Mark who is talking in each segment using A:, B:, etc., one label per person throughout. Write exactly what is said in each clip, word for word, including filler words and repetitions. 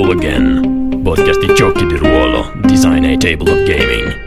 A: Roll Again, podcast di giochi di ruolo, design e tabletop gaming.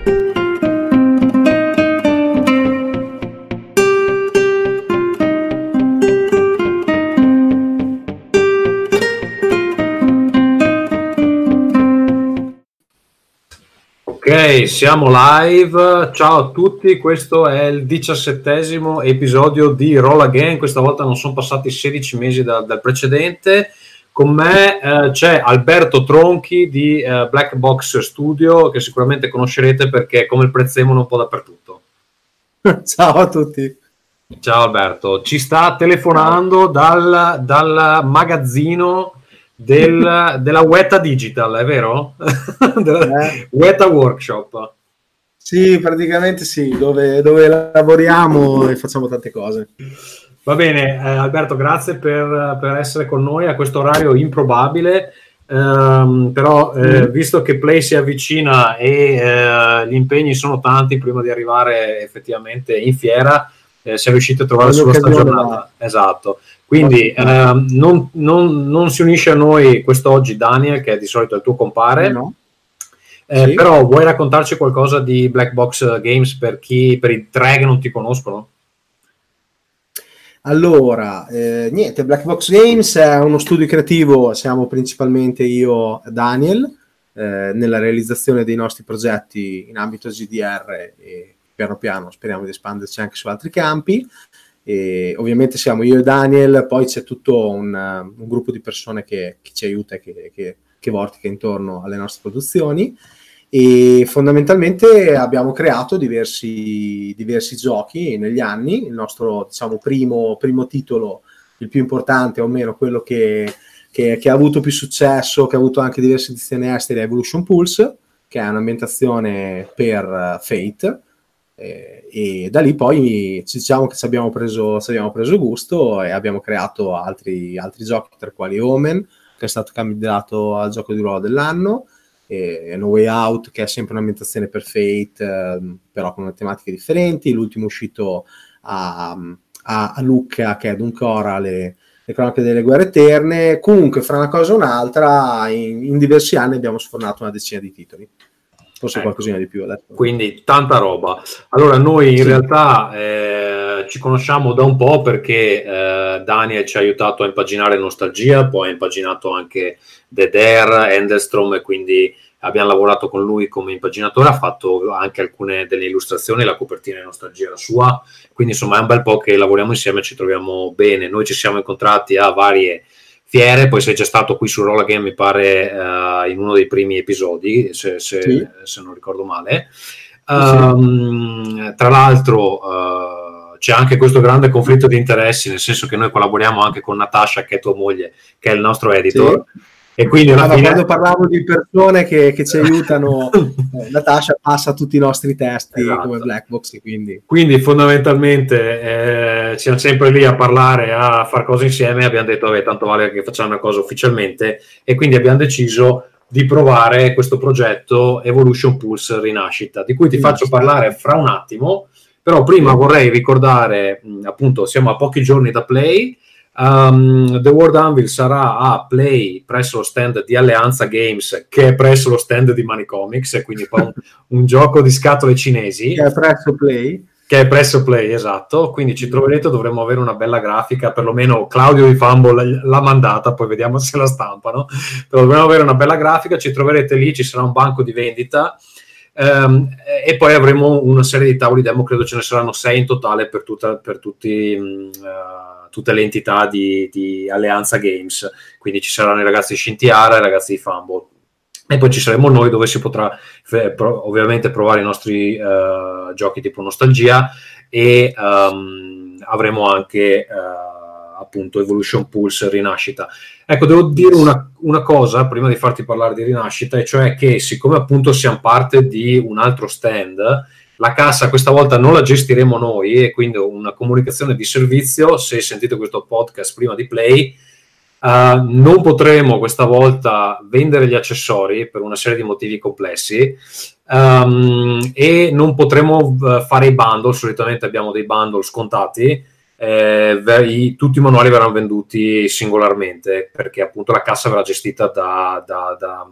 B: Ok, siamo live. Ciao a tutti, questo è il diciassettesimo episodio di Roll Again. Questa volta non sono passati sedici mesi da, dal precedente. Con me eh, c'è Alberto Tronchi di eh, Black Box Studio, che sicuramente conoscerete perché è come il prezzemolo un po' dappertutto.
C: Ciao a tutti.
B: Ciao Alberto, ci sta telefonando dal, dal magazzino del, della Weta Digital, è vero? della
C: eh.
B: Weta Workshop.
C: Sì, praticamente sì, dove, dove lavoriamo e facciamo tante cose.
B: Va bene, eh, Alberto, grazie per, per essere con noi a questo orario improbabile, ehm, però eh, mm. visto che Play si avvicina e eh, gli impegni sono tanti prima di arrivare effettivamente in fiera, eh, si è riusciti a trovare sulla stagionata. Esatto. Quindi ehm, non, non, non si unisce a noi quest'oggi Daniel, che è di solito il tuo compare,
C: no.
B: eh,
C: sì.
B: però vuoi raccontarci qualcosa di Black Box Games per chi, per i tre che non ti conoscono?
C: Allora, eh, niente, Black Box Games è uno studio creativo, siamo principalmente io e Daniel, eh, nella realizzazione dei nostri progetti in ambito G D R e piano piano speriamo di espanderci anche su altri campi. E ovviamente siamo io e Daniel, poi c'è tutto un, un gruppo di persone che, che ci aiuta e che, che, che vortica intorno alle nostre produzioni. E fondamentalmente abbiamo creato diversi, diversi giochi negli anni. Il nostro, diciamo, primo, primo titolo, il più importante, o meno quello che, che, che ha avuto più successo, che ha avuto anche diverse edizioni estere, è Evolution Pulse, che è un'ambientazione per Fate, eh, e da lì poi diciamo che ci abbiamo preso, ci abbiamo preso gusto e abbiamo creato altri, altri giochi, tra i quali Omen, che è stato candidato al gioco di ruolo dell'anno, e No Way Out, che è sempre un'ambientazione per Fate, eh, però con tematiche differenti. L'ultimo uscito a, a, a Lucca, che è Duncora, le, le cronache delle guerre eterne. Comunque, fra una cosa e un'altra, in, in diversi anni abbiamo sfornato una decina di titoli, forse ecco, qualcosina di più adesso.
B: Quindi tanta roba. Allora noi in sì. realtà eh, ci conosciamo da un po' perché eh, Daniel ci ha aiutato a impaginare Nostalgia, poi ha impaginato anche The Dare, Endelstrom, e quindi abbiamo lavorato con lui come impaginatore, ha fatto anche alcune delle illustrazioni, la copertina di Nostalgia era sua, quindi insomma è un bel po' che lavoriamo insieme e ci troviamo bene. Noi ci siamo incontrati a varie fiere, poi sei già stato qui su Roll Again, mi pare, uh, in uno dei primi episodi, se, se, sì. se non ricordo male. Um, sì. Tra l'altro uh, c'è anche questo grande conflitto di interessi, nel senso che noi collaboriamo anche con Natasha, che è tua moglie, che è il nostro editor. Sì. E quindi alla
C: ah,
B: fine...
C: quando parliamo di persone che, che ci aiutano, eh, Natasha passa tutti i nostri testi, esatto, come Black Box, quindi,
B: quindi fondamentalmente eh, siamo sempre lì a parlare, a fare cose insieme. Abbiamo detto vabbè, tanto vale che facciamo una cosa ufficialmente, e quindi abbiamo deciso di provare questo progetto Evolution Pulse Rinascita, di cui ti Rinascita. faccio parlare fra un attimo. Però prima vorrei ricordare, appunto, siamo a pochi giorni da Play. Um, The World Anvil sarà a Play presso lo stand di Alleanza Games, che è presso lo stand di Manicomics, e quindi un, un gioco di scatole cinesi
C: che è presso Play
B: che è presso Play, esatto. Quindi ci troverete, dovremo avere una bella grafica, perlomeno Claudio di Fumble l'ha mandata, poi vediamo se la stampano, però dovremo avere una bella grafica, ci troverete lì, ci sarà un banco di vendita. Um, e poi avremo una serie di tavoli demo, credo ce ne saranno sei in totale per, tutta, per tutti, uh, tutte le entità di, di Alleanza Games, quindi ci saranno i ragazzi di Scintiara e i ragazzi di Fumble, e poi ci saremo noi, dove si potrà f- pro- ovviamente provare i nostri uh, giochi tipo Nostalgia, e um, avremo anche uh, appunto Evolution Pulse Rinascita. Ecco, devo dire una, una cosa prima di farti parlare di Rinascita, e cioè che siccome appunto siamo parte di un altro stand, la cassa questa volta non la gestiremo noi, e quindi una comunicazione di servizio: se sentite questo podcast prima di Play, uh, non potremo questa volta vendere gli accessori per una serie di motivi complessi, um, e non potremo uh, fare i bundle. Solitamente abbiamo dei bundle scontati, eh, i, tutti i manuali verranno venduti singolarmente, perché appunto la cassa verrà gestita da, da, da,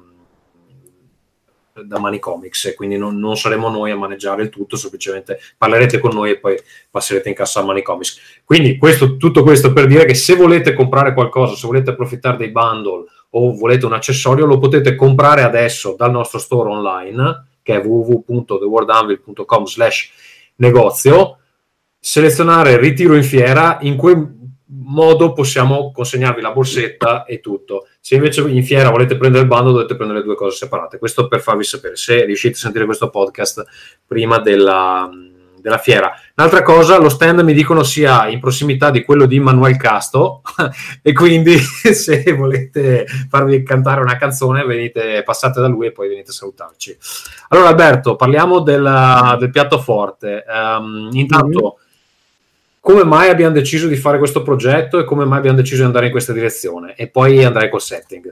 B: da Manicomics, e quindi non, non saremo noi a maneggiare il tutto, semplicemente parlerete con noi e poi passerete in cassa a Manicomics. Quindi questo, tutto questo per dire che se volete comprare qualcosa, se volete approfittare dei bundle o volete un accessorio, lo potete comprare adesso dal nostro store online, che è w w w punto the world anvil punto com slash negozio, selezionare ritiro in fiera, in quel modo possiamo consegnarvi la borsetta e tutto. Se invece in fiera volete prendere il bando, dovete prendere le due cose separate. Questo per farvi sapere, se riuscite a sentire questo podcast prima della, della fiera. Un'altra cosa, lo stand mi dicono sia in prossimità di quello di Manuel Casto e quindi se volete farvi cantare una canzone venite, passate da lui e poi venite a salutarci. Allora Alberto, parliamo del, del piatto forte. Um, intanto mm-hmm. come mai abbiamo deciso di fare questo progetto e come mai abbiamo deciso di andare in questa direzione, e poi andare col setting.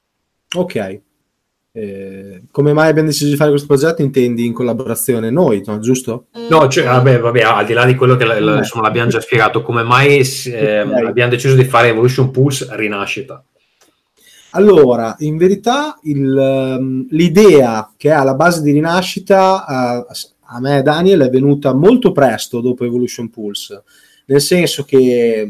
C: Ok, eh, come mai abbiamo deciso di fare questo progetto intendi in collaborazione noi, no? Giusto?
B: No, cioè, vabbè, vabbè, al di là di quello che l- insomma, l'abbiamo già spiegato, come mai eh, okay. abbiamo deciso di fare Evolution Pulse Rinascita.
C: Allora, in verità il, l'idea che è alla base di Rinascita uh, a me e Daniel è venuta molto presto dopo Evolution Pulse, nel senso che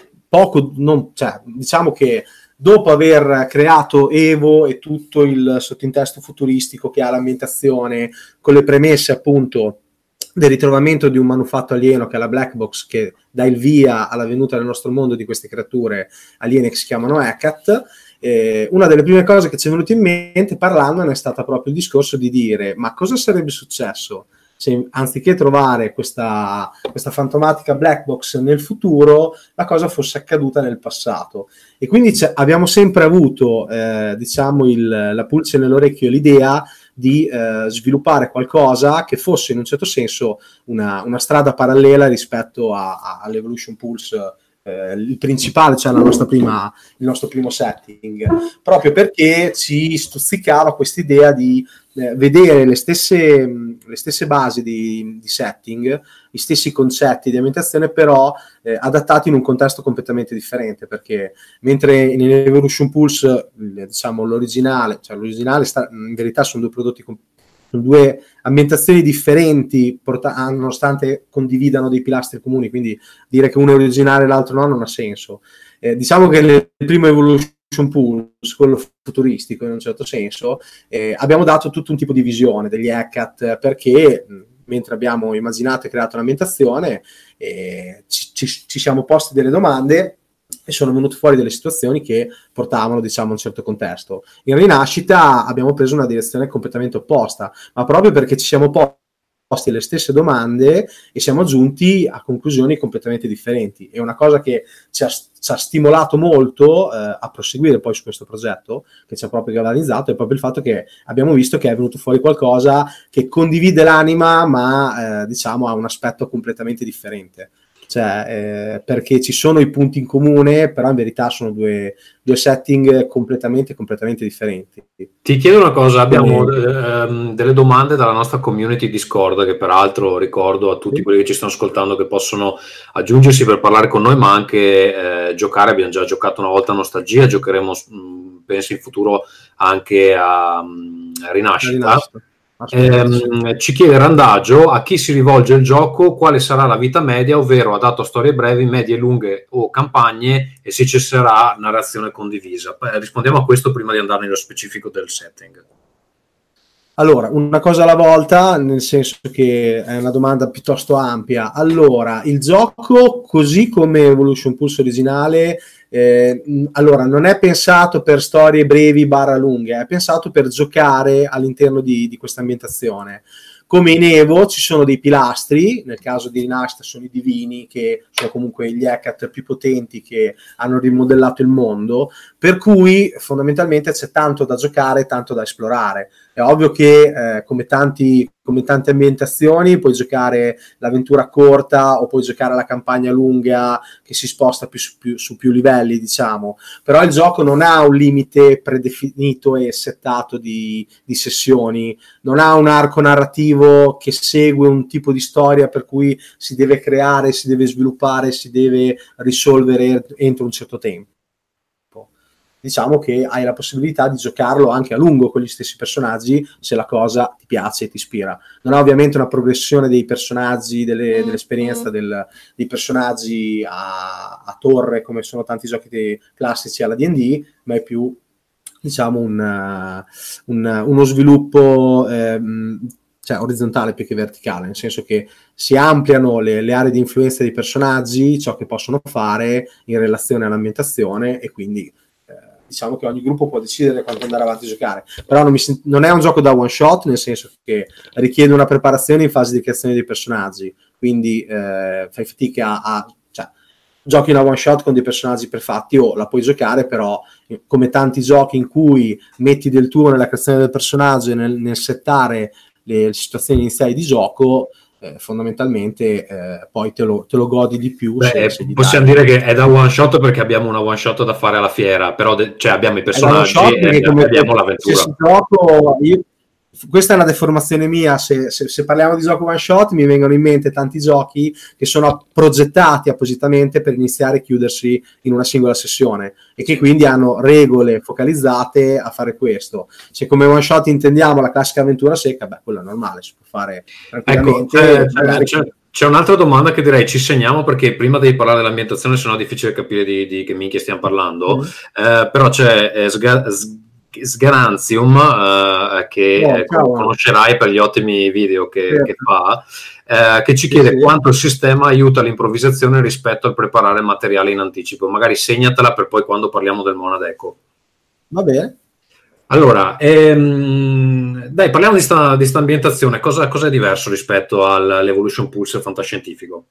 C: poco, non, cioè, diciamo che dopo aver creato Evo e tutto il sottintesto futuristico che ha l'ambientazione, con le premesse appunto del ritrovamento di un manufatto alieno che è la Black Box, che dà il via alla venuta nel nostro mondo di queste creature aliene che si chiamano Hecate, eh, una delle prime cose che ci è venuta in mente parlandone è stata proprio il discorso di dire: ma cosa sarebbe successo se anziché trovare questa, questa fantomatica black box nel futuro, la cosa fosse accaduta nel passato? E quindi abbiamo sempre avuto, eh, diciamo, il, la pulce nell'orecchio, l'idea di eh, sviluppare qualcosa che fosse in un certo senso una, una strada parallela rispetto a, a, all'Evolution Pulse, eh, il principale, cioè la nostra prima, il nostro primo setting, proprio perché ci stuzzicava questa idea di eh, vedere le stesse, le stesse basi di, di setting, gli stessi concetti di ambientazione, però eh, adattati in un contesto completamente differente, perché mentre in Evolution Pulse, diciamo, l'originale, cioè l'originale sta, in verità sono due prodotti com- sono due ambientazioni differenti, porta- nonostante condividano dei pilastri comuni, quindi dire che uno è originale e l'altro no non ha senso. Eh, diciamo che nel primo Evolution Pulse, quello futuristico in un certo senso, eh, abbiamo dato tutto un tipo di visione degli Hecate, perché mentre abbiamo immaginato e creato l'ambientazione eh, ci, ci, ci siamo posti delle domande e sono venute fuori delle situazioni che portavano, diciamo, un certo contesto. In Rinascita abbiamo preso una direzione completamente opposta, ma proprio perché ci siamo posti le stesse domande e siamo giunti a conclusioni completamente differenti. E una cosa che ci ha, ci ha stimolato molto eh, a proseguire poi su questo progetto, che ci ha proprio galvanizzato, è proprio il fatto che abbiamo visto che è venuto fuori qualcosa che condivide l'anima, ma eh, diciamo ha un aspetto completamente differente. Cioè, eh, perché ci sono i punti in comune, però in verità sono due, due setting completamente, completamente differenti.
B: Ti chiedo una cosa, abbiamo ehm, delle domande dalla nostra community Discord, che peraltro ricordo a tutti sì. quelli che ci stanno ascoltando che possono aggiungersi per parlare con noi, ma anche eh, giocare. Abbiamo già giocato una volta a Nostalgia, giocheremo mh, penso in futuro anche a, a Rinascita. Rinascita. Eh, ci chiede Randagio a chi si rivolge il gioco, quale sarà la vita media, ovvero adatto a storie brevi, medie, lunghe o campagne, e se ci sarà narrazione condivisa. Rispondiamo a questo prima di andare nello specifico del setting.
C: Allora, una cosa alla volta, nel senso che è una domanda piuttosto ampia. Allora, il gioco, così come Evolution Pulse originale, eh, allora non è pensato per storie brevi barra lunghe, è pensato per giocare all'interno di, di questa ambientazione. Come in Evo ci sono dei pilastri, nel caso di Rinascita sono i divini, che sono comunque gli Hecate più potenti che hanno rimodellato il mondo, per cui fondamentalmente c'è tanto da giocare, tanto da esplorare. È ovvio che eh, come, tanti, come tante ambientazioni puoi giocare l'avventura corta o puoi giocare la campagna lunga che si sposta più su, più su più livelli, diciamo, però il gioco non ha un limite predefinito e settato di, di sessioni, non ha un arco narrativo che segue un tipo di storia per cui si deve creare, si deve sviluppare, si deve risolvere entro un certo tempo. Diciamo che hai la possibilità di giocarlo anche a lungo con gli stessi personaggi se la cosa ti piace e ti ispira. Non ha ovviamente una progressione dei personaggi, delle, dell'esperienza del, dei personaggi a, a torre come sono tanti giochi dei, classici alla D and D, ma è più, diciamo, un, un, uno sviluppo ehm, cioè orizzontale più che verticale, nel senso che si ampliano le, le aree di influenza dei personaggi, ciò che possono fare in relazione all'ambientazione, e quindi diciamo che ogni gruppo può decidere quanto andare avanti a giocare, però non, mi sent- non è un gioco da one shot, nel senso che richiede una preparazione in fase di creazione dei personaggi, quindi eh, fai fatica a, cioè, giochi una one shot con dei personaggi prefatti o la puoi giocare, però come tanti giochi in cui metti del tuo nella creazione del personaggio e nel, nel settare le situazioni iniziali di gioco, Eh, fondamentalmente eh, poi te lo, te lo godi di più.
B: Beh,
C: se, se
B: possiamo
C: dai.
B: dire che è da one shot perché abbiamo una one shot da fare alla fiera, però de- cioè abbiamo i personaggi e
C: come
B: abbiamo l'avventura.
C: Gioco, io, questa è una deformazione mia, se, se, se parliamo di gioco one shot mi vengono in mente tanti giochi che sono progettati appositamente per iniziare e chiudersi in una singola sessione e che quindi hanno regole focalizzate a fare questo. Se come one shot intendiamo la classica avventura secca, beh, quello è normale, si può fare tranquillamente.
B: Ecco, c'è, c'è, c'è un'altra domanda che direi ci segniamo, perché prima devi parlare dell'ambientazione, sennò è difficile capire di, di che minchia stiamo parlando. Mm. Eh, però c'è eh, Sga- Sgaranzium eh, che oh, eh, conoscerai per gli ottimi video che, certo. che fa, eh, che ci chiede sì, sì. quanto il sistema aiuta l'improvvisazione rispetto al preparare materiale in anticipo. Magari segnatela per poi quando parliamo del Monadeco.
C: Va bene.
B: Allora, ehm, dai, parliamo di sta, di sta ambientazione. Cosa, cosa è diverso rispetto all'Evolution Pulse fantascientifico?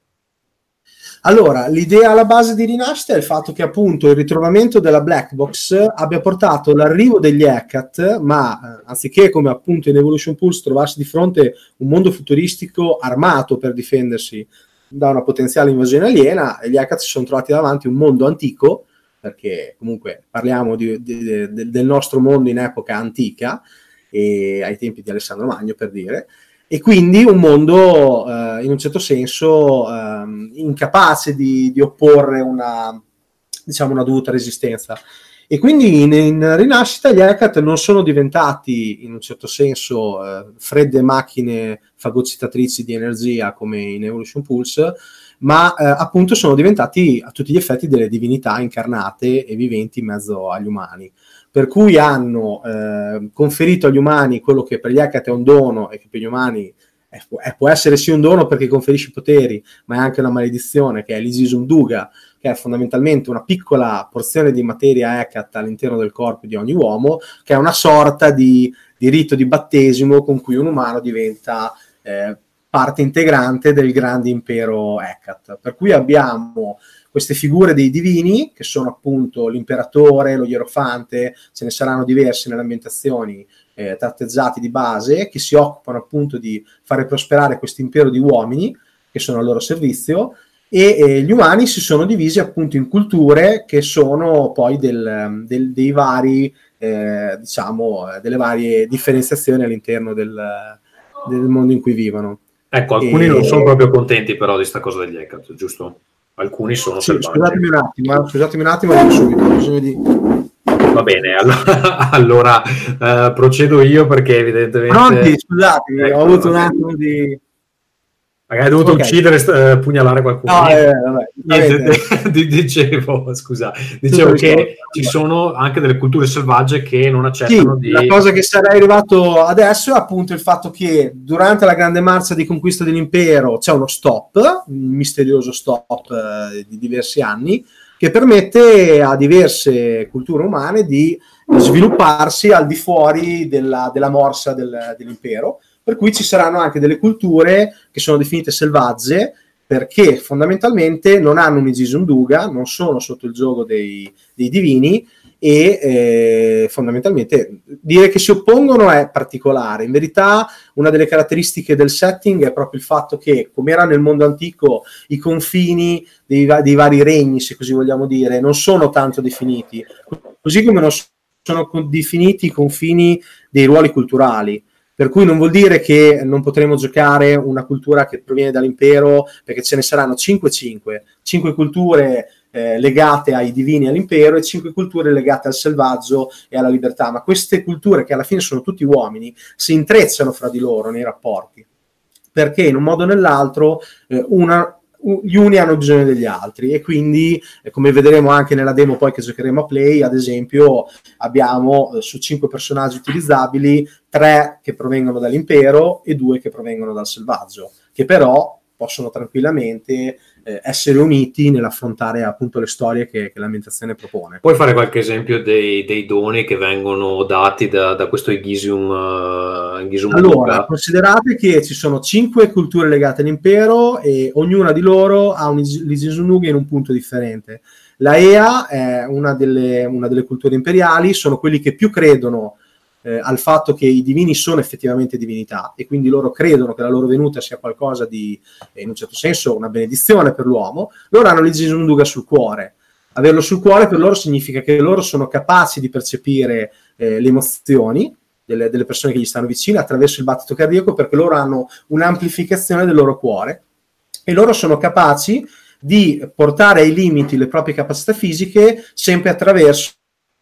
C: Allora, l'idea alla base di Rinascita è il fatto che appunto il ritrovamento della Black Box abbia portato l'arrivo degli Hecate, ma eh, anziché come appunto in Evolution Pulse trovarsi di fronte un mondo futuristico armato per difendersi da una potenziale invasione aliena, gli Hecate si sono trovati davanti un mondo antico, perché comunque parliamo di, di, di, del nostro mondo in epoca antica, e ai tempi di Alessandro Magno per dire, e quindi un mondo eh, in un certo senso eh, incapace di, di opporre una, diciamo, una dovuta resistenza. E quindi in, in Rinascita gli Hecate non sono diventati in un certo senso eh, fredde macchine fagocitatrici di energia come in Evolution Pulse, ma eh, appunto sono diventati a tutti gli effetti delle divinità incarnate e viventi in mezzo agli umani, per cui hanno eh, conferito agli umani quello che per gli Hecate è un dono e che per gli umani è, è, può essere sì un dono perché conferisce poteri, ma è anche una maledizione, che è l'Igisum Duga, che è fondamentalmente una piccola porzione di materia Hecate all'interno del corpo di ogni uomo, che è una sorta di, di rito di battesimo con cui un umano diventa eh, parte integrante del grande impero Hecate. Per cui abbiamo queste figure dei divini, che sono appunto l'imperatore, lo ierofante, ce ne saranno diversi nelle ambientazioni eh, tratteggiati di base, che si occupano appunto di fare prosperare questo impero di uomini, che sono al loro servizio, e eh, gli umani si sono divisi appunto in culture che sono poi del, del, dei vari, eh, diciamo, delle varie differenziazioni all'interno del, del mondo in cui vivono.
B: Ecco, alcuni e... non sono proprio contenti però di sta cosa degli Hecate, giusto? Alcuni sono
C: sì,
B: selvaggi.
C: Scusatemi un attimo, scusatemi un attimo, dico subito, ho bisogno di...
B: Va bene, allora, allora uh, procedo io perché evidentemente...
C: Pronti, scusatemi,
B: ecco,
C: ho avuto un attimo di...
B: Magari hai dovuto okay. uccidere, uh, pugnalare qualcuno.
C: No, eh, vabbè,
B: Niente, dicevo, scusa, dicevo che risposto. Ci sono anche delle culture selvagge che non accettano
C: sì,
B: di...
C: La cosa che sarei arrivato adesso è appunto il fatto che durante la grande marcia di conquista dell'impero c'è uno stop, un misterioso stop eh, di diversi anni, che permette a diverse culture umane di svilupparsi al di fuori della, della morsa del, dell'impero, per cui ci saranno anche delle culture che sono definite selvagge, perché fondamentalmente non hanno un Igisum Duga, non sono sotto il giogo dei, dei divini, e eh, fondamentalmente dire che si oppongono è particolare. In verità una delle caratteristiche del setting è proprio il fatto che, come era nel mondo antico, i confini dei, dei vari regni, se così vogliamo dire, non sono tanto definiti, così come non sono definiti i confini dei ruoli culturali. Per cui non vuol dire che non potremo giocare una cultura che proviene dall'impero, perché ce ne saranno cinque cinque, cinque culture eh, legate ai divini e all'impero e cinque culture legate al selvaggio e alla libertà. Ma queste culture, che alla fine sono tutti uomini, si intrecciano fra di loro nei rapporti, perché in un modo o nell'altro eh, una... gli uni hanno bisogno degli altri, e quindi eh, come vedremo anche nella demo poi che giocheremo a Play, ad esempio abbiamo eh, su cinque personaggi utilizzabili tre che provengono dall'impero e due che provengono dal selvaggio, che però possono tranquillamente eh, essere uniti nell'affrontare appunto le storie che, che l'ambientazione propone.
B: Puoi fare qualche esempio dei, dei doni che vengono dati da, da questo Igisium? Uh, Igisium
C: allora,
B: Duga?
C: Considerate che ci sono cinque culture legate all'impero e ognuna di loro ha un Igisium Duga in un punto differente. La E A è una delle, una delle culture imperiali, sono quelli che più credono Eh, al fatto che i divini sono effettivamente divinità, e quindi loro credono che la loro venuta sia qualcosa di, eh, in un certo senso, una benedizione per l'uomo. Loro hanno l'Igisium Duga sul cuore. Averlo sul cuore per loro significa che loro sono capaci di percepire eh, le emozioni delle, delle persone che gli stanno vicine attraverso il battito cardiaco, perché loro hanno un'amplificazione del loro cuore e loro sono capaci di portare ai limiti le proprie capacità fisiche sempre attraverso,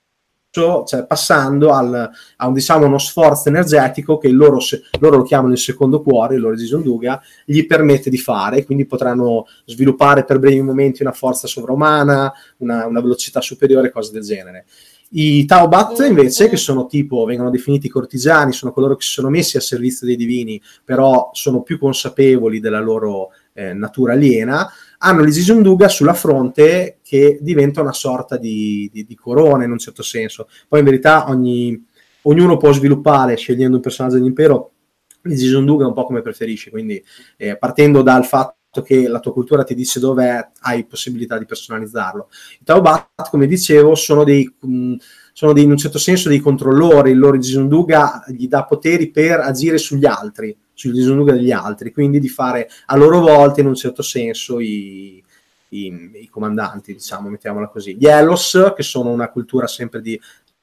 C: cioè passando al, a un, diciamo, uno sforzo energetico che loro, se, loro lo chiamano il secondo cuore, il loro Igisium Duga, gli permette di fare, quindi potranno sviluppare per brevi momenti una forza sovraumana, una, una velocità superiore, cose del genere. I Taubat invece, che sono tipo, vengono definiti cortigiani, sono coloro che si sono messi a servizio dei divini, però sono più consapevoli della loro eh, natura aliena, hanno l'Igisium Duga sulla fronte, che diventa una sorta di, di, di corona in un certo senso. Poi in verità ogni, ognuno può sviluppare, scegliendo un personaggio dell'impero, l'Igisium Duga un po' come preferisci, quindi eh, partendo dal fatto che la tua cultura ti dice dov'è, hai possibilità di personalizzarlo. I Taubat, come dicevo, sono dei... Mh, sono dei, in un certo senso dei controllori. Il loro Igisium Duga gli dà poteri per agire sugli altri, sugli Igisium Duga degli altri, quindi di fare a loro volta in un certo senso i, i, i comandanti, diciamo, mettiamola così. Gli Elos, che sono una cultura sempre di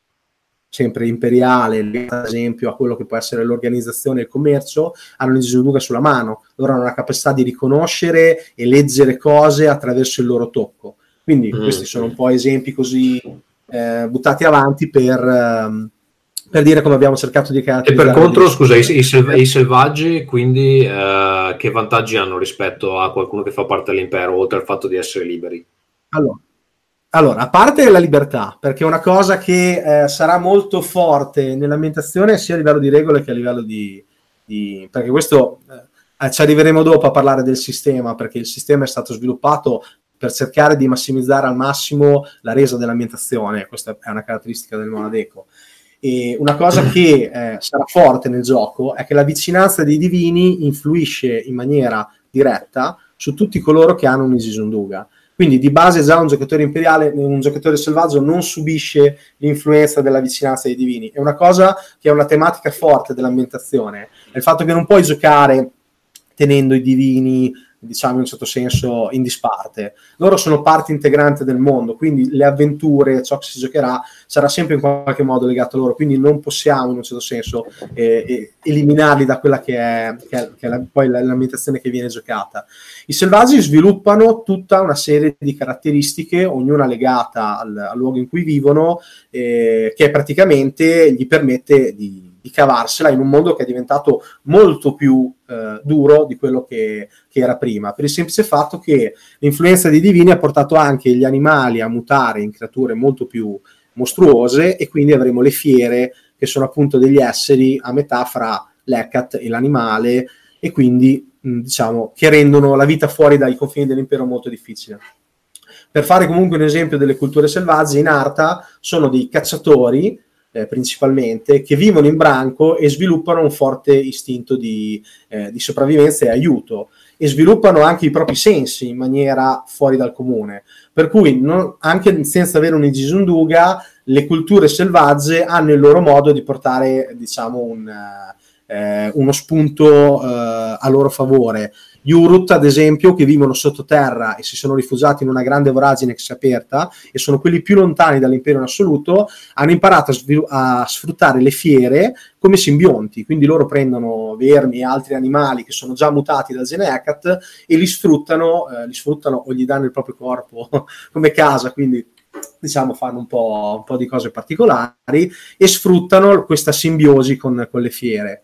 C: sempre imperiale, ad esempio a quello che può essere l'organizzazione e il commercio, hanno l'Igisium Duga sulla mano. Loro hanno la capacità di riconoscere e leggere cose attraverso il loro tocco. Quindi mm. questi sono un po' esempi così Eh, buttati avanti per, um, per dire come abbiamo cercato di caratterizzare.
B: E per contro, scusa, i, i, selv- i selvaggi quindi eh, che vantaggi hanno rispetto a qualcuno che fa parte dell'impero, oltre al fatto di essere liberi?
C: Allora, allora a parte la libertà, perché è una cosa che eh, sarà molto forte nell'ambientazione sia a livello di regole che a livello di... di perché questo eh, ci arriveremo dopo a parlare del sistema, perché il sistema è stato sviluppato per cercare di massimizzare al massimo la resa dell'ambientazione. Questa è una caratteristica del Monadeco. E una cosa che eh, sarà forte nel gioco è che la vicinanza dei divini influisce in maniera diretta su tutti coloro che hanno un Igisium Duga. Quindi di base già un giocatore imperiale, un giocatore selvaggio non subisce l'influenza della vicinanza dei divini. È una cosa che è una tematica forte dell'ambientazione. È il fatto che non puoi giocare tenendo i divini, diciamo in un certo senso, in disparte. Loro sono parte integrante del mondo, quindi le avventure, ciò che si giocherà sarà sempre in qualche modo legato a loro, quindi non possiamo in un certo senso eh, eh, eliminarli da quella che è, che è, che è la, poi l'ambientazione che viene giocata. I selvaggi sviluppano tutta una serie di caratteristiche, ognuna legata al, al luogo in cui vivono, eh, che praticamente gli permette di di cavarsela in un mondo che è diventato molto più eh, duro di quello che, che era prima, per il semplice fatto che l'influenza dei divini ha portato anche gli animali a mutare in creature molto più mostruose, e quindi avremo le fiere, che sono appunto degli esseri a metà fra l'Hecate e l'animale, e quindi mh, diciamo che rendono la vita fuori dai confini dell'impero molto difficile. Per fare comunque un esempio delle culture selvagge, in Arta sono dei cacciatori eh, principalmente, che vivono in branco e sviluppano un forte istinto di, eh, di sopravvivenza e aiuto, e sviluppano anche i propri sensi in maniera fuori dal comune. Per cui non, anche senza avere un Igisunduga, le culture selvagge hanno il loro modo di portare, diciamo, un, eh, uno spunto eh, a loro favore. Gli Urut, ad esempio, che vivono sottoterra e si sono rifugiati in una grande voragine che si è aperta, e sono quelli più lontani dall'impero in assoluto, hanno imparato a, svil- a sfruttare le fiere come simbionti. Quindi loro prendono vermi e altri animali che sono già mutati da Genecat e li sfruttano, eh, li sfruttano o gli danno il proprio corpo come casa, quindi diciamo fanno un po', un po' di cose particolari e sfruttano questa simbiosi con, con le fiere.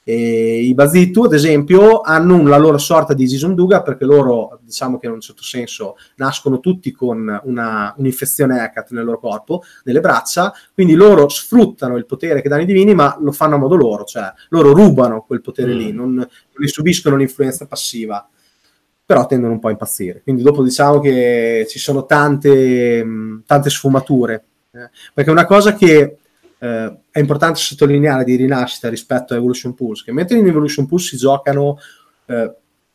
C: E i Bazitu, ad esempio, hanno la loro sorta di Igisunduga, perché loro, diciamo che in un certo senso nascono tutti con una, un'infezione Hecat nel loro corpo, nelle braccia, quindi loro sfruttano il potere che danno i divini, ma lo fanno a modo loro, cioè loro rubano quel potere mm. lì, non, non ne subiscono l'influenza passiva, però tendono un po' a impazzire. Quindi dopo diciamo che ci sono tante, tante sfumature, eh, perché una cosa che Uh, è importante sottolineare di Rinascita rispetto a Evolution Pulse, che mentre in Evolution Pulse si giocano uh,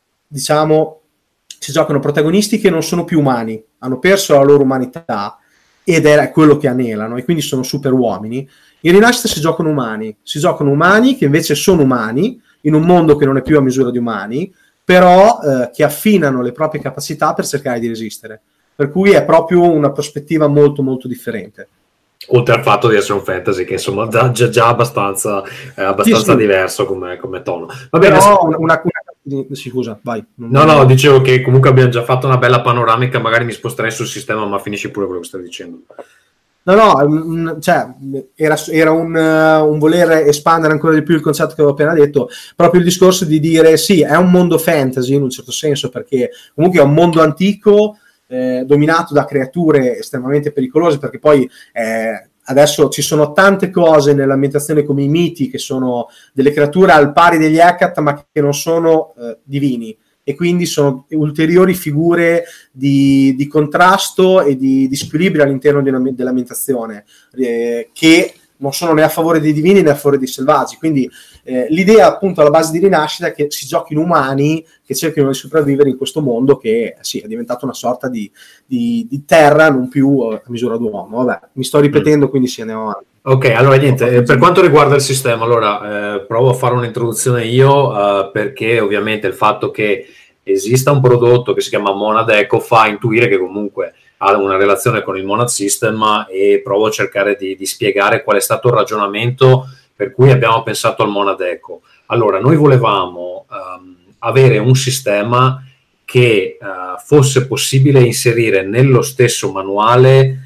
C: diciamo si giocano protagonisti che non sono più umani, hanno perso la loro umanità ed è quello che anelano e quindi sono super uomini. In Rinascita si giocano umani, si giocano umani che invece sono umani in un mondo che non è più a misura di umani, però uh, che affinano le proprie capacità per cercare di resistere, per cui è proprio una prospettiva molto molto differente.
B: Oltre al fatto di essere un fantasy che insomma già, già, già abbastanza, eh, abbastanza sì, sì. diverso come, come tono. Va bene,
C: però una, una, una... Sì, scusa, vai.
B: No, no, dicevo che comunque abbiamo già fatto una bella panoramica, magari mi sposterei sul sistema, ma finisci pure quello che stai dicendo.
C: No, no, cioè, era, era un, un voler espandere ancora di più il concetto che avevo appena detto, proprio il discorso di dire sì, è un mondo fantasy in un certo senso, perché comunque è un mondo antico, Eh, dominato da creature estremamente pericolose, perché poi eh, adesso ci sono tante cose nell'ambientazione come i miti, che sono delle creature al pari degli Hecat ma che non sono eh, divini, e quindi sono ulteriori figure di, di contrasto e di, di squilibrio all'interno di una, dell'ambientazione eh, che non sono né a favore dei divini né a favore dei selvaggi. Quindi eh, l'idea appunto alla base di Rinascita è che si giochino umani che cerchino di sopravvivere in questo mondo che sì, è diventato una sorta di, di, di terra non più a misura d'uomo. Vabbè, mi sto ripetendo, mm. quindi sì, andiamo avanti.
B: Ok, allora niente, per quanto riguarda il sistema, allora eh, provo a fare un'introduzione io uh, perché ovviamente il fatto che esista un prodotto che si chiama Monad Echo fa intuire che comunque ha una relazione con il Monad System, e provo a cercare di, di spiegare qual è stato il ragionamento per cui abbiamo pensato al Monad Echo. Allora, noi volevamo um, avere un sistema che uh, fosse possibile inserire nello stesso manuale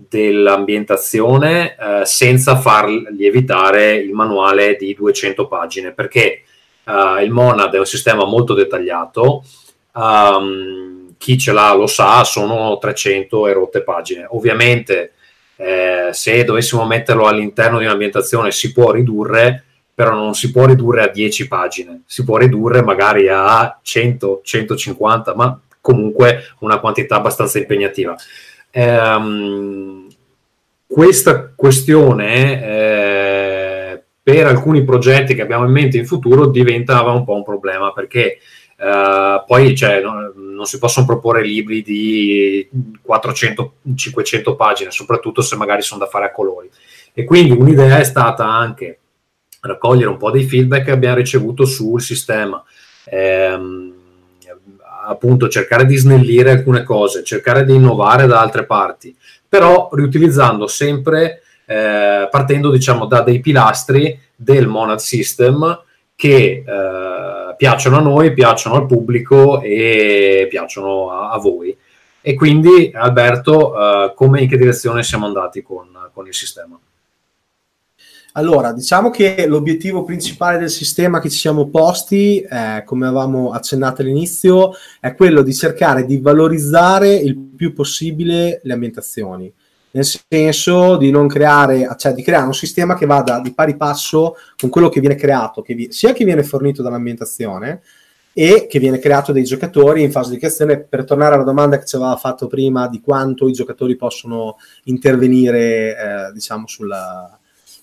B: dell'ambientazione uh, senza far lievitare il manuale di duecento pagine, perché uh, il Monad è un sistema molto dettagliato. Um, chi ce l'ha lo sa, sono trecento e rotte pagine. Ovviamente eh, se dovessimo metterlo all'interno di un'ambientazione si può ridurre, però non si può ridurre a dieci pagine, si può ridurre magari a cento centocinquanta, ma comunque una quantità abbastanza impegnativa. Ehm, questa questione eh, per alcuni progetti che abbiamo in mente in futuro diventava un po' un problema, perché Uh, poi cioè, no, non si possono proporre libri di quattrocento cinquecento pagine, soprattutto se magari sono da fare a colori, e quindi un'idea è stata anche raccogliere un po' dei feedback che abbiamo ricevuto sul sistema, ehm, appunto cercare di snellire alcune cose, cercare di innovare da altre parti, però riutilizzando sempre eh, partendo diciamo da dei pilastri del Monad System che eh, piacciono a noi, piacciono al pubblico e piacciono a, a voi. E quindi Alberto, eh, come, in che direzione siamo andati con, con il sistema?
C: Allora, diciamo che l'obiettivo principale del sistema che ci siamo posti, eh, come avevamo accennato all'inizio, è quello di cercare di valorizzare il più possibile le ambientazioni, nel senso di non creare, cioè di creare un sistema che vada di pari passo con quello che viene creato, che vi, sia che viene fornito dall'ambientazione e che viene creato dai giocatori in fase di creazione. Per tornare alla domanda che ci aveva fatto prima di quanto i giocatori possono intervenire, eh, diciamo, sulla,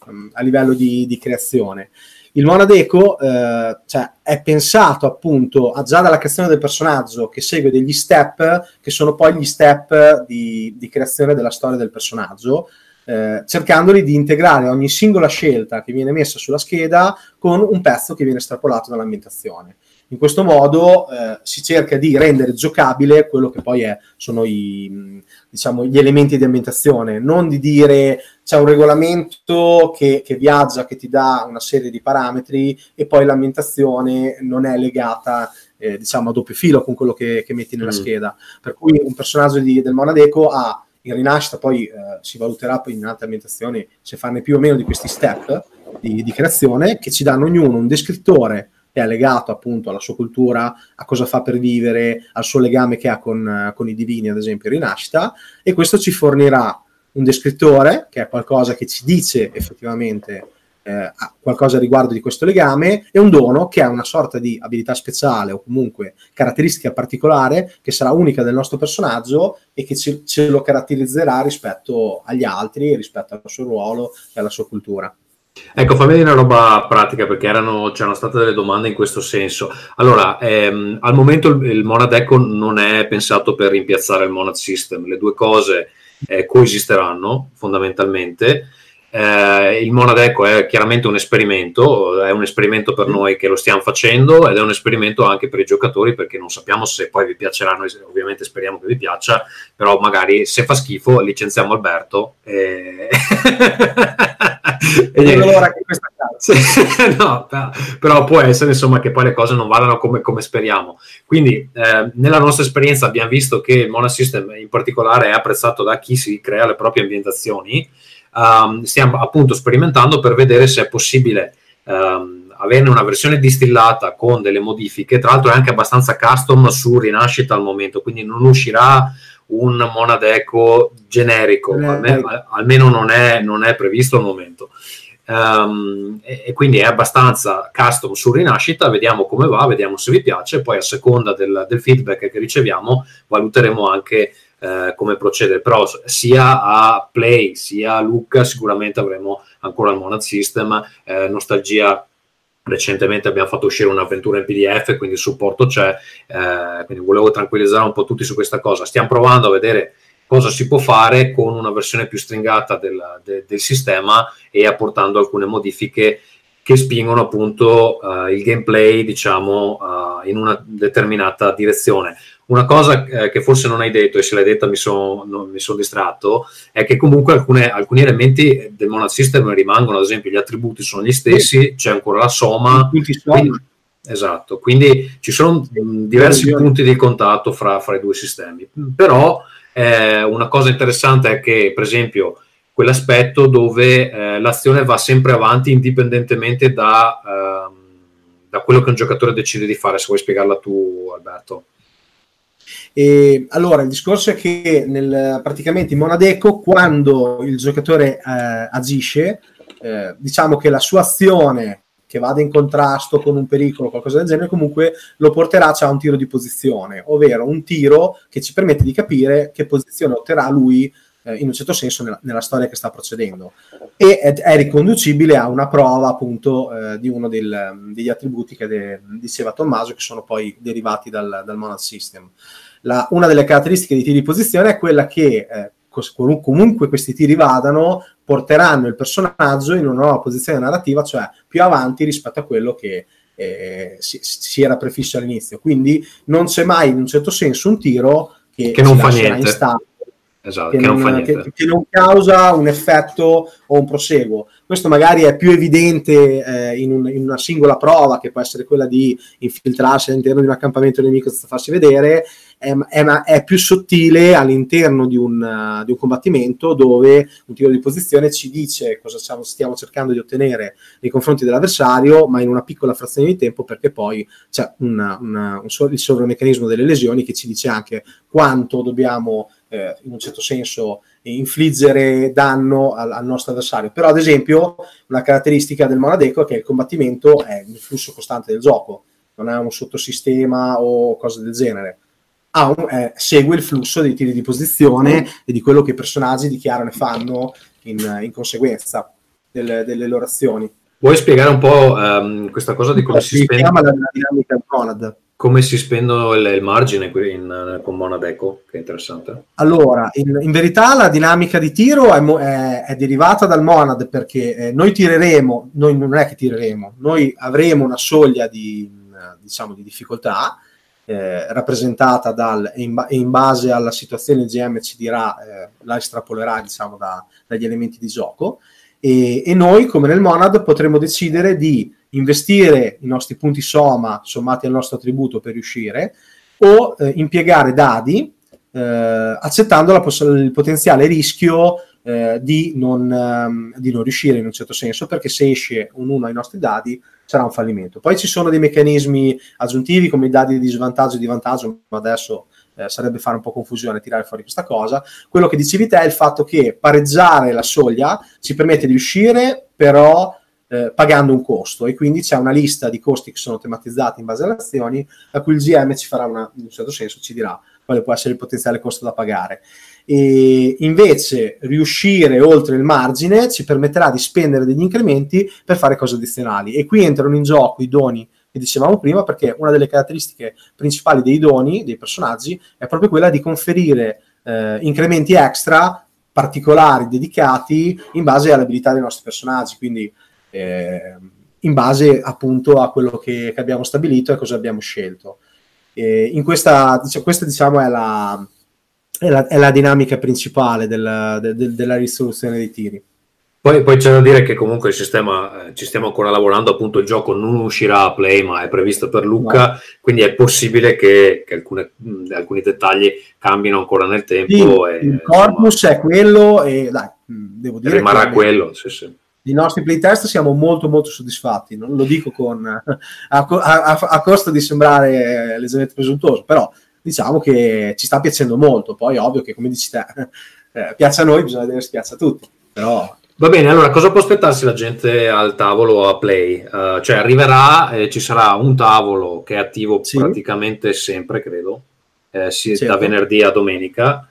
C: a livello di, di creazione. Il Monad Echo eh, cioè, è pensato appunto a, già dalla creazione del personaggio, che segue degli step che sono poi gli step di, di creazione della storia del personaggio, eh, cercandoli di integrare ogni singola scelta che viene messa sulla scheda con un pezzo che viene estrapolato dall'ambientazione. In questo modo eh, si cerca di rendere giocabile quello che poi è, sono i, diciamo, gli elementi di ambientazione, non di dire c'è un regolamento che, che viaggia, che ti dà una serie di parametri e poi l'ambientazione non è legata eh, diciamo a doppio filo con quello che, che metti nella mm. scheda. Per cui un personaggio di, del Monad Echo ha in rinascita, poi eh, si valuterà poi in altre ambientazioni se farne più o meno di questi step di, di creazione, che ci danno ognuno un descrittore che è legato appunto alla sua cultura, a cosa fa per vivere, al suo legame che ha con, con i divini, ad esempio in rinascita, e questo ci fornirà un descrittore, che è qualcosa che ci dice effettivamente eh, qualcosa riguardo di questo legame, e un dono che è una sorta di abilità speciale o comunque caratteristica particolare che sarà unica del nostro personaggio e che ce, ce lo caratterizzerà rispetto agli altri, rispetto al suo ruolo e alla sua cultura.
B: Ecco, fammi dire una roba pratica, perché erano, c'erano state delle domande in questo senso. Allora, ehm, al momento il, il Monad Echo non è pensato per rimpiazzare il Monad System, le due cose eh, coesisteranno fondamentalmente. Eh, il Monad Echo è chiaramente un esperimento, è un esperimento per noi che lo stiamo facendo ed è un esperimento anche per i giocatori, perché non sappiamo se poi vi piacerà, noi ovviamente speriamo che vi piaccia, però magari se fa schifo licenziamo Alberto e...
C: e io allora che questa
B: casa. No, però può essere insomma che poi le cose non vadano come, come speriamo. Quindi eh, nella nostra esperienza abbiamo visto che il Monad System in particolare è apprezzato da chi si crea le proprie ambientazioni. Um, stiamo appunto sperimentando per vedere se è possibile um, averne una versione distillata con delle modifiche. Tra l'altro è anche abbastanza custom su Rinascita al momento, quindi non uscirà un Monad Echo generico, eh, almeno, almeno non è, non è previsto al momento. Um, e, e quindi è abbastanza custom su Rinascita. Vediamo come va, vediamo se vi piace, poi a seconda del, del feedback che riceviamo valuteremo anche eh, come procedere, però sia a Play sia a Luca sicuramente avremo ancora il Monad System. eh, Nostalgia recentemente abbiamo fatto uscire un'avventura in P D F, quindi il supporto c'è, eh, quindi volevo tranquillizzare un po' tutti su questa cosa. Stiamo provando a vedere cosa si può fare con una versione più stringata del, de, del sistema e apportando alcune modifiche che spingono appunto uh, il gameplay, diciamo, uh, in una determinata direzione. Una cosa eh, che forse non hai detto, e se l'hai detta mi sono son distratto, è che comunque alcune, alcuni elementi del Monad System rimangono, ad esempio gli attributi sono gli stessi, c'è ancora la soma. Quindi, esatto, quindi ci sono mh, diversi punti di contatto fra, fra i due sistemi. Però eh, una cosa interessante è che, per esempio, quell'aspetto dove eh, l'azione va sempre avanti indipendentemente da, eh, da quello che un giocatore decide di fare. Se vuoi spiegarla tu, Alberto.
C: E allora il discorso è che nel, praticamente in Monad Echo, quando il giocatore eh, agisce, eh, diciamo che la sua azione che vada in contrasto con un pericolo o qualcosa del genere comunque lo porterà a un tiro di posizione, ovvero un tiro che ci permette di capire che posizione otterrà lui eh, in un certo senso nella, nella storia che sta procedendo, e è, è riconducibile a una prova appunto eh, di uno del, degli attributi che de, diceva Tommaso, che sono poi derivati dal, dal Monad System. La, una delle caratteristiche dei tiri di posizione è quella che eh, comunque questi tiri vadano, porteranno il personaggio in una nuova posizione narrativa, cioè più avanti rispetto a quello che eh, si, si era prefisso all'inizio. Quindi non c'è mai in un certo senso un tiro che,
B: che non fa niente. Esatto,
C: che, che, non, non fa niente. Che, che non causa un effetto o un proseguo. Questo magari è più evidente eh, in, un, in una singola prova, che può essere quella di infiltrarsi all'interno di un accampamento nemico senza farsi vedere. È, è, è più sottile all'interno di un, uh, di un combattimento, dove un tiro di posizione ci dice cosa stiamo, stiamo cercando di ottenere nei confronti dell'avversario, ma in una piccola frazione di tempo, perché poi c'è una, una, un so, il sovromeccanismo delle lesioni che ci dice anche quanto dobbiamo eh, in un certo senso infliggere danno al, al nostro avversario. Però ad esempio una caratteristica del Monad Echo è che il combattimento è il flusso costante del gioco, non è un sottosistema o cose del genere. Ah, un, eh, segue il flusso dei tiri di posizione e di quello che i personaggi dichiarano e fanno in, in conseguenza. delle, delle loro azioni.
B: Vuoi spiegare un po' um, questa cosa di come si, si spende
C: la, la dinamica del Monad?
B: Come si spendono il, il margine qui in, con Monad Echo, che è interessante.
C: Allora, in, in verità la dinamica di tiro è, è, è derivata dal Monad, perché eh, noi tireremo, noi non è che tireremo, noi avremo una soglia di, diciamo, di difficoltà eh, rappresentata dal, e in, in base alla situazione il G M ci dirà, eh, la estrapolerà, diciamo, da, dagli elementi di gioco, e, e noi, come nel Monad, potremo decidere di investire i nostri punti soma sommati al nostro attributo per riuscire, o eh, impiegare dadi eh, accettando la poss- il potenziale rischio eh, di, non, um, di non riuscire, in un certo senso, perché se esce un uno ai nostri dadi sarà un fallimento. Poi ci sono dei meccanismi aggiuntivi come i dadi di svantaggio e di vantaggio, ma adesso eh, sarebbe fare un po' confusione tirare fuori questa cosa. Quello che dicevi te è il fatto che pareggiare la soglia ci permette di uscire, però Eh, pagando un costo, e quindi c'è una lista di costi che sono tematizzati in base alle azioni, a cui il G M ci farà una, in un certo senso ci dirà quale può essere il potenziale costo da pagare. E invece riuscire oltre il margine ci permetterà di spendere degli incrementi per fare cose addizionali, e qui entrano in gioco i doni che dicevamo prima, perché una delle caratteristiche principali dei doni dei personaggi è proprio quella di conferire eh, incrementi extra particolari dedicati in base alle abilità dei nostri personaggi, quindi Eh, in base appunto a quello che, che abbiamo stabilito e cosa abbiamo scelto. E in questa, diciamo, questa diciamo è la, è la, è la dinamica principale del, de, de, della risoluzione dei tiri.
B: Poi, poi c'è da dire che comunque il sistema, eh, ci stiamo ancora lavorando, appunto il gioco non uscirà a play ma è previsto per Lucca, no. Quindi è possibile che, che alcune, mh, alcuni dettagli cambino ancora nel tempo.
C: Sì,
B: e,
C: il corpus insomma, è quello e dai, devo dire
B: rimarrà
C: che
B: quello, sì sì.
C: I nostri playtest siamo molto molto soddisfatti, non lo dico con a, a, a costo di sembrare leggermente presuntuoso, però diciamo che ci sta piacendo molto. Poi ovvio che, come dici te, eh, piace a noi, bisogna vedere se piace a tutti, però...
B: Va bene, allora cosa può aspettarsi la gente al tavolo a play? Uh, cioè arriverà, eh, ci sarà un tavolo che è attivo sì. praticamente sempre, credo, eh, sì, certo. da venerdì a domenica.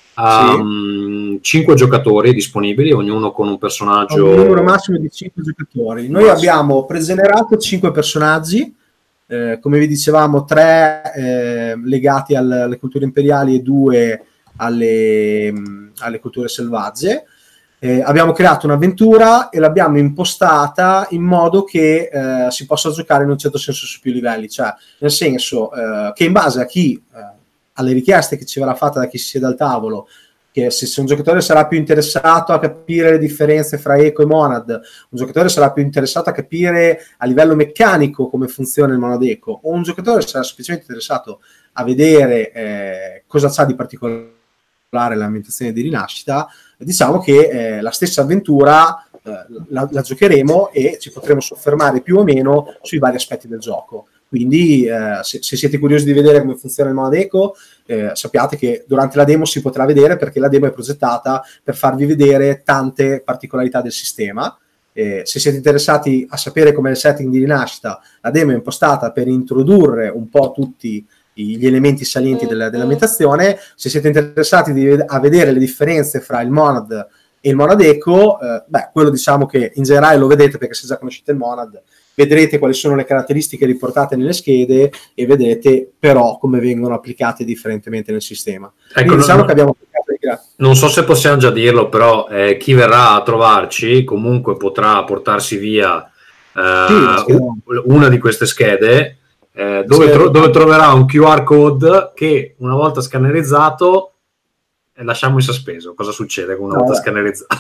B: Um, sì. cinque giocatori disponibili, ognuno con un personaggio,
C: un numero massimo di cinque giocatori. Noi massimo. abbiamo pregenerato cinque personaggi, eh, come vi dicevamo, tre eh, legati al, alle culture imperiali e due alle, mh, alle culture selvagge. Eh, abbiamo creato un'avventura e l'abbiamo impostata in modo che eh, si possa giocare in un certo senso su più livelli, cioè nel senso eh, che in base a chi eh, alle richieste che ci verrà fatta da chi si siede al tavolo, che se, se un giocatore sarà più interessato a capire le differenze fra Eco e Monad, un giocatore sarà più interessato a capire a livello meccanico come funziona il Monad Eco, o un giocatore sarà semplicemente interessato a vedere eh, cosa c'ha di particolare l'ambientazione di Rinascita, diciamo che eh, la stessa avventura eh, la, la giocheremo e ci potremo soffermare più o meno sui vari aspetti del gioco. Quindi eh, se, se siete curiosi di vedere come funziona il Monad Eco, eh, sappiate che durante la demo si potrà vedere, perché la demo è progettata per farvi vedere tante particolarità del sistema. Eh, se siete interessati a sapere com'è il setting di Rinascita, la demo è impostata per introdurre un po' tutti gli elementi salienti della, dell'ambientazione. Se siete interessati di, a vedere le differenze fra il Monad e il Monad Eco, eh, beh, quello diciamo che in generale lo vedete, perché se già conoscete il Monad vedrete quali sono le caratteristiche riportate nelle schede e vedrete però come vengono applicate differentemente nel sistema. Ecco, diciamo non, che abbiamo
B: non so se possiamo già dirlo, però eh, chi verrà a trovarci comunque potrà portarsi via eh, sì, una di queste schede eh, dove, tro- dove troverà un Q R code che una volta scannerizzato e lasciamo in sospeso cosa succede con una no, volta scannerizzato.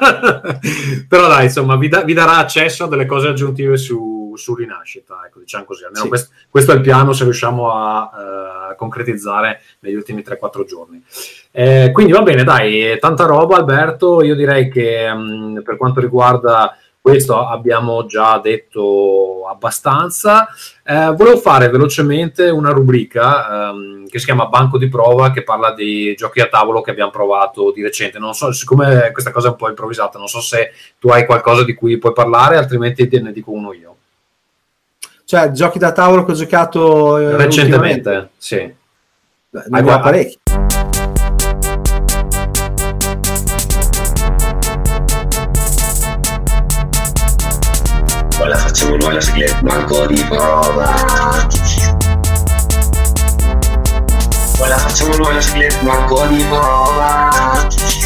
B: Però dai, insomma, vi, da, vi darà accesso a delle cose aggiuntive su, su Rinascita, ecco, diciamo così. Almeno sì. questo, questo è il piano, se riusciamo a uh, concretizzare negli ultimi tre quattro giorni. Eh, quindi va bene, dai, tanta roba, Alberto. Io direi che um, per quanto riguarda questo abbiamo già detto abbastanza. Eh, volevo fare velocemente una rubrica um, che si chiama Banco di Prova, che parla di giochi a tavolo che abbiamo provato di recente. Non so, siccome questa cosa è un po' improvvisata, non so se tu hai qualcosa di cui puoi parlare, altrimenti ne dico uno io.
C: Cioè, giochi da tavolo che ho giocato eh,
B: recentemente, sì.
C: Beh, ne ho parecchi.
D: facciamo noi la sigla, banco di prova. Poi la facciamo noi la sigla, banco di prova.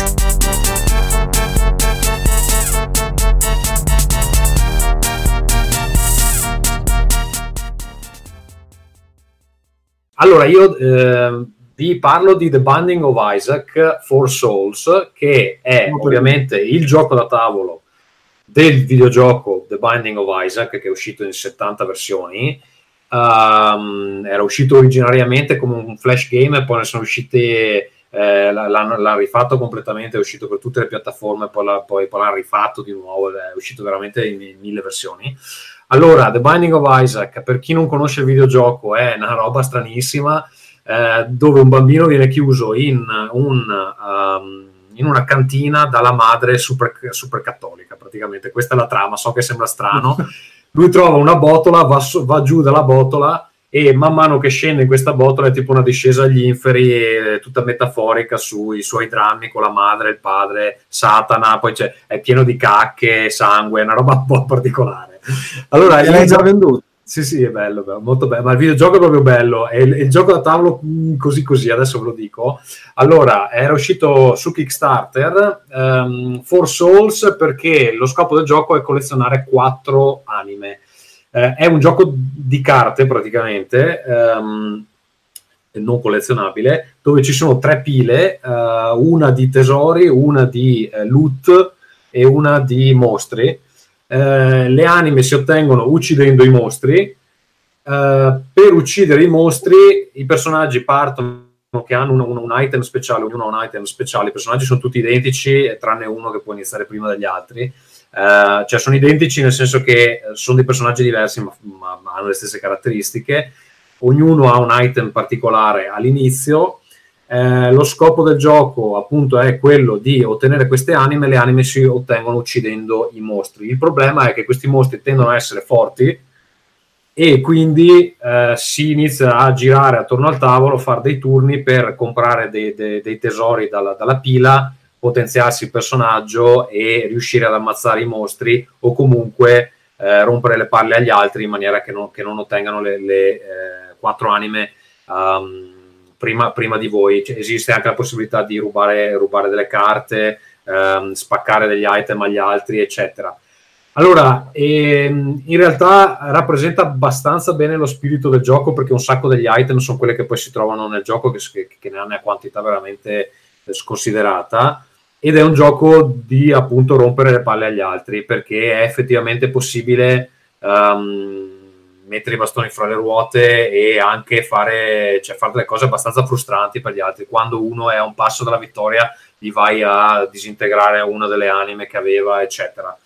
B: Allora, io eh, vi parlo di The Binding of Isaac Four Souls, che è ovviamente il gioco da tavolo del videogioco The Binding of Isaac, che è uscito in settanta versioni. Um, era uscito originariamente come un flash game, poi ne sono uscite, eh, l'hanno, l'hanno rifatto completamente, è uscito per tutte le piattaforme, poi, la, poi, poi l'hanno rifatto di nuovo, è uscito veramente in, in mille versioni. Allora, The Binding of Isaac, per chi non conosce il videogioco, è una roba stranissima, eh, dove un bambino viene chiuso in, un, um, in una cantina dalla madre super, super cattolica, praticamente. Questa è la trama, so che sembra strano. Lui trova una botola, va, su, va giù dalla botola e man mano che scende in questa botola è tipo una discesa agli inferi, eh, tutta metaforica sui suoi drammi con la madre, il padre, Satana, poi c'è, è pieno di cacche, sangue, è una roba un po' particolare. Allora,
C: e l'hai già venduto?
B: Sì, sì, è bello, bello, molto bello, ma il videogioco è proprio bello, è il, il gioco da tavolo mh, così così, adesso ve lo dico. Allora, era uscito su Kickstarter, um, Four Souls, perché lo scopo del gioco è collezionare quattro anime. Eh, è un gioco di carte praticamente, um, non collezionabile, dove ci sono tre pile, uh, una di tesori, una di uh, loot e una di mostri. Uh, le anime si ottengono uccidendo i mostri. Uh, per uccidere i mostri i personaggi partono che hanno un, un, un item speciale, ognuno ha un item speciale, i personaggi sono tutti identici tranne uno che può iniziare prima degli altri. Uh, cioè sono identici nel senso che sono dei personaggi diversi ma, ma, ma hanno le stesse caratteristiche, ognuno ha un item particolare all'inizio. Uh, lo scopo del gioco appunto è quello di ottenere queste anime, le anime si ottengono uccidendo i mostri. Il problema è che questi mostri tendono a essere forti e quindi uh, si inizia a girare attorno al tavolo, fare dei turni per comprare dei, dei, dei tesori dalla, dalla pila, potenziarsi il personaggio e riuscire ad ammazzare i mostri o comunque eh, rompere le palle agli altri in maniera che non, che non ottengano le, le eh, quattro anime um, prima, prima di voi. Cioè, esiste anche la possibilità di rubare, rubare delle carte, um, spaccare degli item agli altri, eccetera. Allora, ehm, in realtà rappresenta abbastanza bene lo spirito del gioco, perché un sacco degli item sono quelle che poi si trovano nel gioco, che, che, che ne hanno una quantità veramente sconsiderata. Ed è un gioco di appunto rompere le palle agli altri, perché è effettivamente possibile um, mettere i bastoni fra le ruote e anche fare, cioè, fare delle cose abbastanza frustranti per gli altri. Quando uno è a un passo dalla vittoria gli vai a disintegrare una delle anime che aveva, eccetera.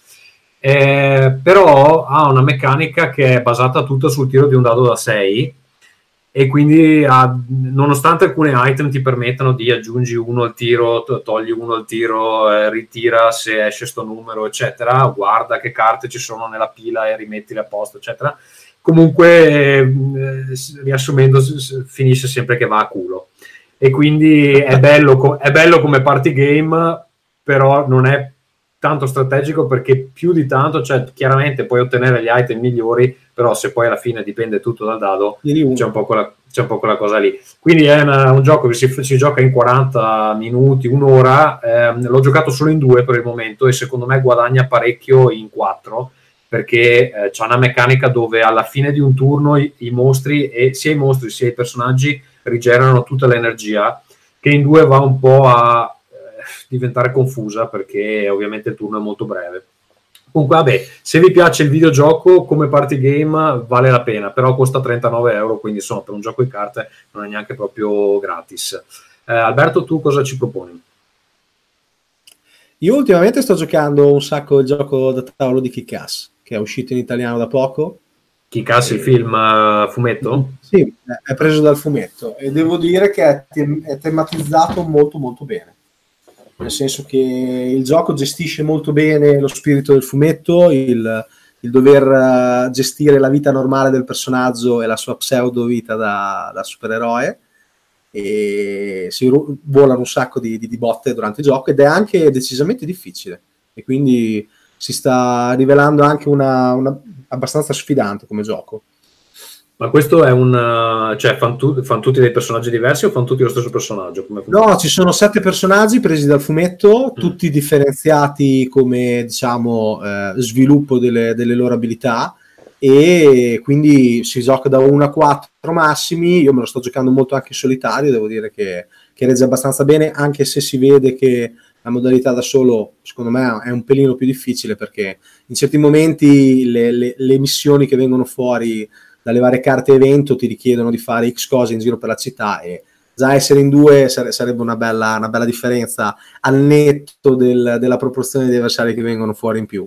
B: Eh, però ha una meccanica che è basata tutta sul tiro di un dado da sei, e quindi ha, nonostante alcune item ti permettano di aggiungi uno al tiro, togli uno al tiro, eh, ritira se esce sto numero, eccetera, guarda che carte ci sono nella pila e rimettile a posto, eccetera, comunque eh, riassumendo finisce sempre che va a culo. E quindi è bello, è bello come party game, però non è tanto strategico, perché più di tanto, cioè chiaramente puoi ottenere gli item migliori, però se poi alla fine dipende tutto dal dado, c'è un po' quella, c'è un po' quella cosa lì. Quindi è una, un gioco che si, si gioca in quaranta minuti, un'ora. Eh, l'ho giocato solo in due per il momento e secondo me guadagna parecchio in quattro, perché eh, c'è una meccanica dove alla fine di un turno i, i mostri, e sia i mostri sia i personaggi rigenerano tutta l'energia, che in due va un po' a diventare confusa, perché ovviamente il turno è molto breve. Comunque vabbè, se vi piace il videogioco come party game vale la pena, però costa trentanove euro, quindi insomma per un gioco di carte non è neanche proprio gratis. eh, Alberto, tu cosa ci proponi?
C: Io ultimamente sto giocando un sacco il gioco da tavolo di Kick-Ass, che è uscito in italiano da poco.
B: Kick-Ass, il film uh, fumetto?
C: Sì, è preso dal fumetto e devo dire che è, te- è tematizzato molto molto bene, nel senso che il gioco gestisce molto bene lo spirito del fumetto, il, il dover gestire la vita normale del personaggio e la sua pseudo vita da, da supereroe, e si ru- volano un sacco di, di, di botte durante il gioco, ed è anche decisamente difficile, e quindi si sta rivelando anche una, una abbastanza sfidante come gioco.
B: Ma questo è un... cioè, fanno tu, fan tutti dei personaggi diversi o fanno tutti lo stesso personaggio? Come
C: no, ci sono sette personaggi presi dal fumetto, mm. tutti differenziati come, diciamo, eh, sviluppo delle, delle loro abilità, e quindi si gioca da uno a quattro massimi. Io me lo sto giocando molto anche in solitario, devo dire che, che regge abbastanza bene, anche se si vede che la modalità da solo, secondo me, è un pelino più difficile, perché in certi momenti le, le, le missioni che vengono fuori dalle varie carte evento ti richiedono di fare X cose in giro per la città, e già essere in due sare- sarebbe una bella, una bella differenza al netto del, della proporzione degli avversari che vengono fuori in più.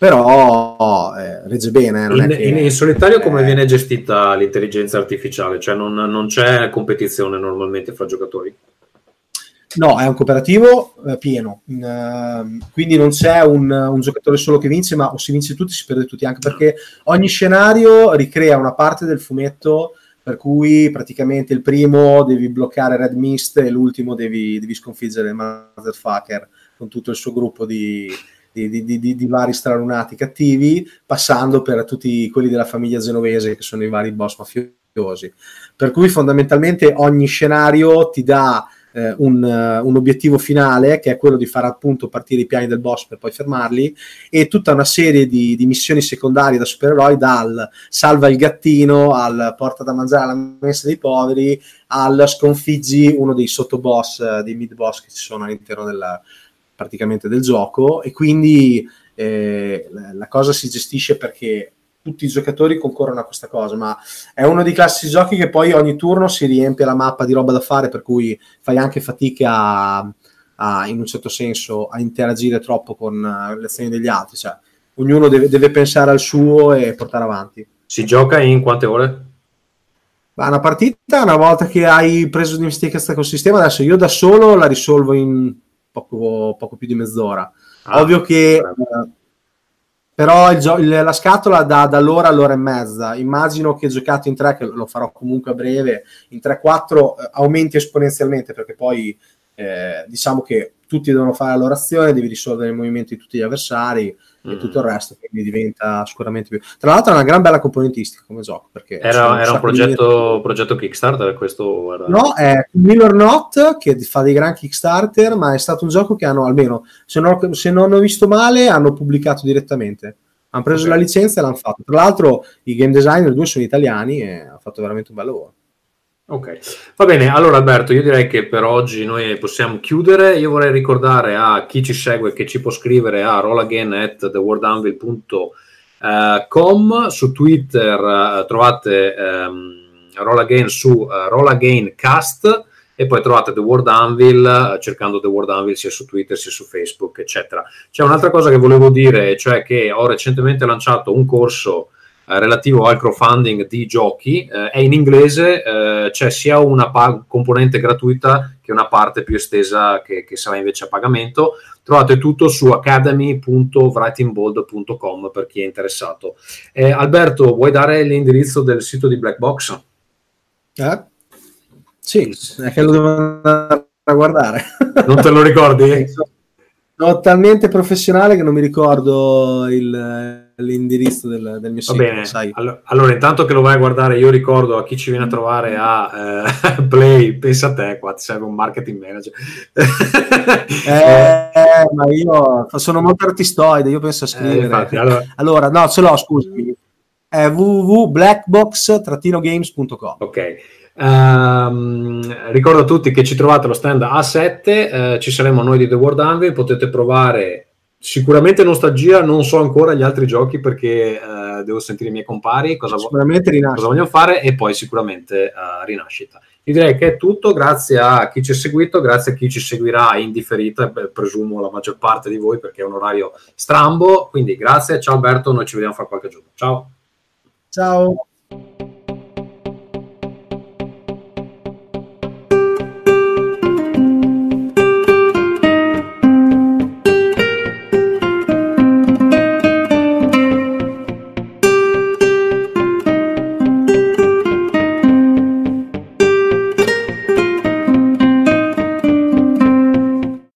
C: Però eh, regge bene. Non
B: in,
C: è che,
B: in, in solitario come
C: eh,
B: viene gestita l'intelligenza artificiale? Cioè non, non c'è competizione normalmente fra giocatori?
C: No, è un cooperativo eh, pieno, uh, quindi non c'è un, un giocatore solo che vince, ma o si vince tutti si perde tutti, anche perché ogni scenario ricrea una parte del fumetto, per cui praticamente il primo devi bloccare Red Mist e l'ultimo devi, devi sconfiggere il Motherfucker con tutto il suo gruppo di, di, di, di, di vari stralunati cattivi, passando per tutti quelli della famiglia genovese che sono i vari boss mafiosi. Per cui fondamentalmente ogni scenario ti dà Uh, un, uh, un obiettivo finale, che è quello di far appunto partire i piani del boss per poi fermarli, e tutta una serie di, di missioni secondarie da supereroi, dal salva il gattino al porta da mangiare alla mensa dei poveri, al sconfiggi uno dei sottoboss, uh, dei mid boss che ci sono all'interno del, praticamente del gioco. E quindi eh, la cosa si gestisce perché tutti i giocatori concorrono a questa cosa, ma è uno dei classici giochi che poi ogni turno si riempie la mappa di roba da fare, per cui fai anche fatica a, a, in un certo senso, a interagire troppo con le azioni degli altri. Cioè, ognuno deve, deve pensare al suo e portare avanti.
B: Si gioca in quante ore?
C: Ma una partita, una volta che hai preso dimestichezza col sistema, adesso io da solo la risolvo in poco, poco più di mezz'ora. Ah, ovvio che... Eh, però il gio- il, la scatola da, dall'ora all'ora e mezza. Immagino che giocato in tre, che lo farò comunque a breve, in tre quattro eh, aumenti esponenzialmente, perché poi eh, diciamo che tutti devono fare la loro azione, devi risolvere il movimento di tutti gli avversari mm. e tutto il resto, quindi diventa sicuramente più. Tra l'altro è una gran bella componentistica come gioco, perché
B: era, era un progetto, di... progetto Kickstarter questo? Era...
C: No, è Will or Not, che fa dei gran Kickstarter, ma è stato un gioco che hanno, almeno se non, se non ho visto male, hanno pubblicato direttamente. Hanno preso okay. la licenza e l'hanno fatto. Tra l'altro i game designer due sono italiani e hanno fatto veramente un bel lavoro.
B: Ok, va bene. Allora Alberto, io direi che per oggi noi possiamo chiudere. Io vorrei ricordare a chi ci segue che ci può scrivere a rollagain at the world anvil punto com. Su Twitter uh, trovate um, rollagain su uh, rollagaincast, e poi trovate The World Anvil uh, cercando The World Anvil sia su Twitter sia su Facebook, eccetera. C'è un'altra cosa che volevo dire, cioè che ho recentemente lanciato un corso relativo al crowdfunding di giochi, eh, è in inglese, eh, c'è sia una pa- componente gratuita che una parte più estesa che, che sarà invece a pagamento. Trovate tutto su academy punto writing bold punto com per chi è interessato. Eh, Alberto, vuoi dare l'indirizzo del sito di Black Box?
C: Eh? Sì, è che lo devo andare a guardare.
B: Non te lo ricordi?
C: Sono talmente professionale che non mi ricordo il, l'indirizzo del, del mio sito.
B: Va bene,
C: sai.
B: Allora, allora intanto che lo vai a guardare, io ricordo a chi ci viene a trovare a eh, Play, pensa a te, qua ti serve un marketing manager.
C: eh, ma io sono molto artistoide, io penso a scrivere. Eh,
B: infatti, allora...
C: allora, no, ce l'ho, scusami. È w w w punto blackbox games punto com.
B: Ok. Um, ricordo a tutti che ci trovate allo stand A sette, uh, ci saremo noi di The World Anvil, potete provare sicuramente Nostalgia, non so ancora gli altri giochi perché uh, devo sentire i miei compari cosa, vo- cosa vogliono fare, e poi sicuramente uh, Rinascita. Io direi che è tutto, grazie a chi ci ha seguito, grazie a chi ci seguirà in differita, beh, presumo la maggior parte di voi perché è un orario strambo, quindi grazie, ciao Alberto, noi ci vediamo fra qualche giorno, ciao.
C: Ciao.